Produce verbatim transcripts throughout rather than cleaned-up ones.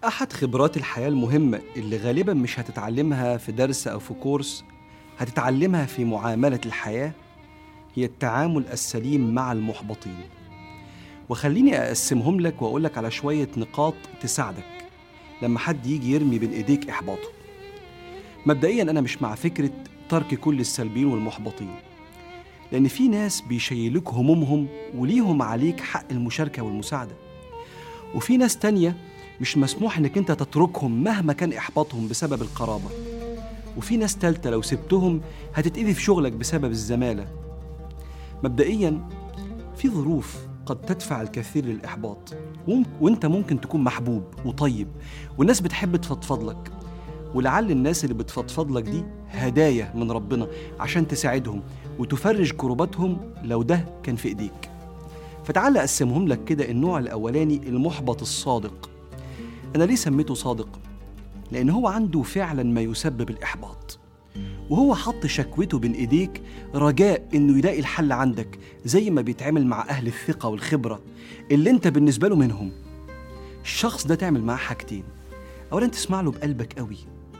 أحد خبرات الحياة المهمة اللي غالباً مش هتتعلمها في درس أو في كورس، هتتعلمها في معاملة الحياة، هي التعامل السليم مع المحبطين. وخليني أقسمهم لك وأقول لك على شوية نقاط تساعدك لما حد يجي يرمي بين إيديك إحباطه. مبدئياً أنا مش مع فكرة ترك كل السلبيين والمحبطين، لأن في ناس بيشيلوك همومهم وليهم عليك حق المشاركة والمساعدة، وفي ناس تانية مش مسموح إنك أنت تتركهم مهما كان إحباطهم بسبب القرابة، وفي ناس تالتة لو سبتهم هتتأذي في شغلك بسبب الزمالة. مبدئياً في ظروف قد تدفع الكثير للإحباط، وانت ممكن تكون محبوب وطيب والناس بتحب تفضفض لك، ولعل الناس اللي بتفضفض لك دي هدايا من ربنا عشان تساعدهم وتفرج كرباتهم لو ده كان في إيديك. فتعال أقسمهم لك كده. النوع الأولاني المحبط الصادق. أنا ليه سميته صادق؟ لأن هو عنده فعلا ما يسبب الإحباط، وهو حط شكوته بين إيديك رجاء إنه يلاقي الحل عندك، زي ما بيتعامل مع أهل الثقة والخبرة اللي أنت بالنسبة له منهم. الشخص ده تعمل معاه حاجتين: أولا تسمع له بقلبك قوي،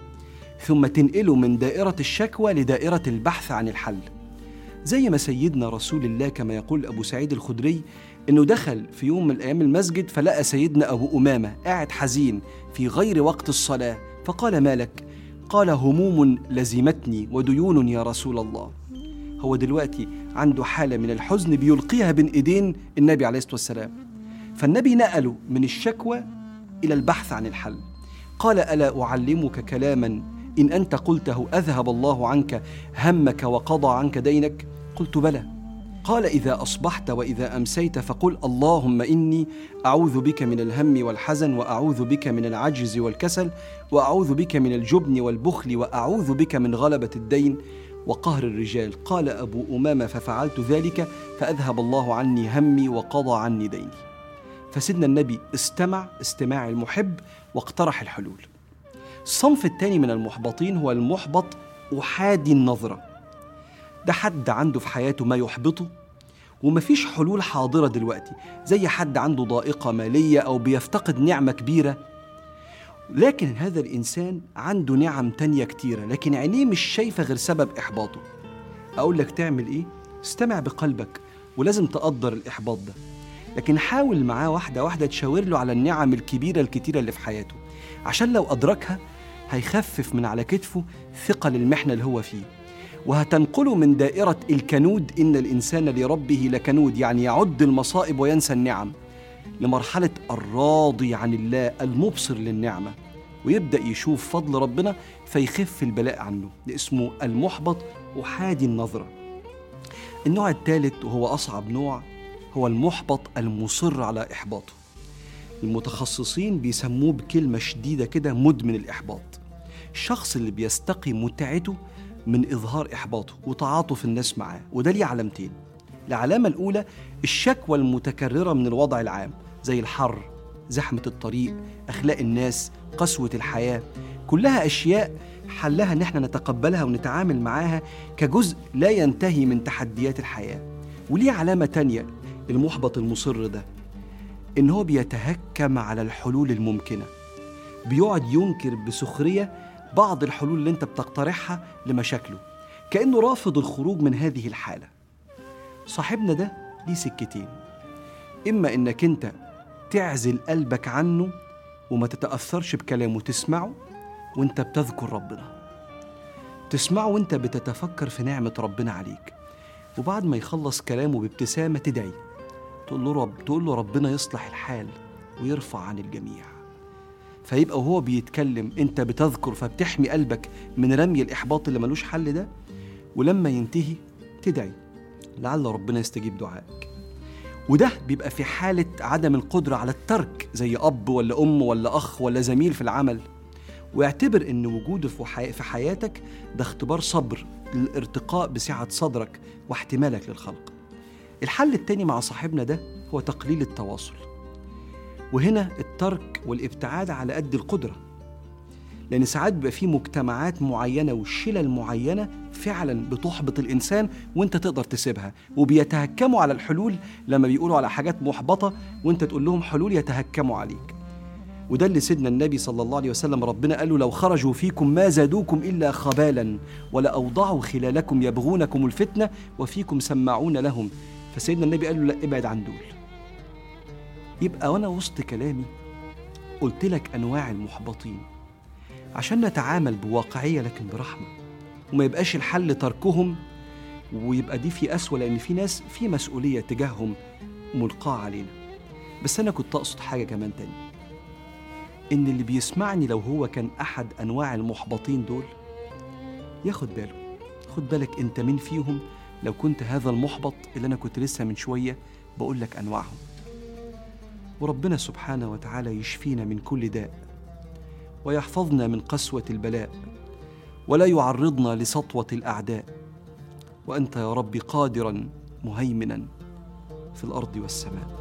ثم تنقله من دائرة الشكوى لدائرة البحث عن الحل. زي ما سيدنا رسول الله كما يقول أبو سعيد الخدري إنه دخل في يوم من الأيام المسجد فلقى سيدنا أبو أمامة قاعد حزين في غير وقت الصلاة، فقال: ما لك؟ قال: هموم لزمتني وديون يا رسول الله. هو دلوقتي عنده حالة من الحزن بيلقيها بين إيدين النبي عليه الصلاة والسلام، فالنبي نقله من الشكوى إلى البحث عن الحل. قال: ألا أعلمك كلاما إن أنت قلته أذهب الله عنك همك وقضى عنك دينك؟ قلت: بلى. قال: إذا أصبحت وإذا أمسيت فقل اللهم إني أعوذ بك من الهم والحزن، وأعوذ بك من العجز والكسل، وأعوذ بك من الجبن والبخل، وأعوذ بك من غلبة الدين وقهر الرجال. قال أبو أمامة: ففعلت ذلك فأذهب الله عني همي وقضى عني ديني. فسيدنا النبي استمع استماع المحب واقترح الحلول. الصنف الثاني من المحبطين هو المحبط أحادي النظرة. ده حد عنده في حياته ما يحبطه ومفيش حلول حاضرة دلوقتي، زي حد عنده ضائقة مالية أو بيفتقد نعمة كبيرة، لكن هذا الإنسان عنده نعم تانية كتيرة لكن عينيه مش شايفة غير سبب إحباطه. أقول لك تعمل إيه؟ استمع بقلبك، ولازم تقدر الإحباط ده، لكن حاول معاه واحدة واحدة تشاور له على النعم الكبيرة الكتيرة اللي في حياته، عشان لو أدركها هيخفف من على كتفه ثقل المحنة اللي هو فيه، وهتنقله من دائرة الكنود إن الإنسان لربه لكنود، يعني يعد المصائب وينسى النعم، لمرحلة الراضي عن الله المبصر للنعمة، ويبدأ يشوف فضل ربنا فيخف البلاء عنه. ده اسمه المحبط أحادي النظرة. النوع الثالث وهو أصعب نوع هو المحبط المصر على إحباطه. المتخصصين بيسموه بكلمة شديدة كده مدمن الإحباط. الشخص اللي بيستقي متعته من إظهار إحباطه وتعاطف الناس معاه، وده ليه علامتين. العلامة الأولى الشكوى المتكررة من الوضع العام، زي الحر، زحمة الطريق، أخلاق الناس، قسوة الحياة، كلها أشياء حلها إن احنا نتقبلها ونتعامل معاها كجزء لا ينتهي من تحديات الحياة. وليه علامة تانية المحبط المصر ده، إن هو بيتهكم على الحلول الممكنة، بيقعد ينكر بسخرية بعض الحلول اللي انت بتقترحها لمشاكله، كأنه رافض الخروج من هذه الحالة. صاحبنا ده ليه سكتين: إما إنك انت تعزل قلبك عنه وما تتأثرش بكلامه، تسمعه وانت بتذكر ربنا، تسمعه وانت بتتفكر في نعمة ربنا عليك، وبعد ما يخلص كلامه بابتسامة تدعي، تقول له رب تقول له ربنا يصلح الحال ويرفع عن الجميع. فيبقى وهو بيتكلم انت بتذكر، فبتحمي قلبك من رمي الإحباط اللي ملوش حل ده، ولما ينتهي تدعي لعل ربنا يستجيب دعائك. وده بيبقى في حالة عدم القدرة على الترك، زي أب ولا أم ولا أخ ولا زميل في العمل، واعتبر ان وجوده في حياتك ده اختبار صبر للارتقاء بسعة صدرك واحتمالك للخلق. الحل التاني مع صاحبنا ده هو تقليل التواصل، وهنا الترك والابتعاد على قد القدرة، لأن ساعات بيبقى فيه مجتمعات معينة وشلل معينة فعلا بتحبط الإنسان وانت تقدر تسيبها، وبيتهكموا على الحلول لما بيقولوا على حاجات محبطة وانت تقول لهم حلول يتهكموا عليك. وده اللي سيدنا النبي صلى الله عليه وسلم ربنا قال له لو خرجوا فيكم ما زادوكم إلا خبالا ولأوضعوا خلالكم يبغونكم الفتنة وفيكم سماعون لهم. فسيدنا النبي قال له لا، ابعد عن دول. يبقى وأنا وسط كلامي قلت لك أنواع المحبطين عشان نتعامل بواقعية لكن برحمة، وما يبقاش الحل تركهم ويبقى دي في أسوأ، لأن في ناس في مسؤولية تجاههم ملقاة علينا. بس أنا كنت أقصد حاجة كمان تاني، إن اللي بيسمعني لو هو كان أحد أنواع المحبطين دول ياخد باله، خد بالك أنت مين فيهم لو كنت هذا المحبط اللي أنا كنت لسه من شوية بقول لك أنواعهم. وربنا سبحانه وتعالى يشفينا من كل داء ويحفظنا من قسوة البلاء ولا يعرضنا لسطوة الأعداء، وأنت يا رب قادرا مهيمنا في الأرض والسماء.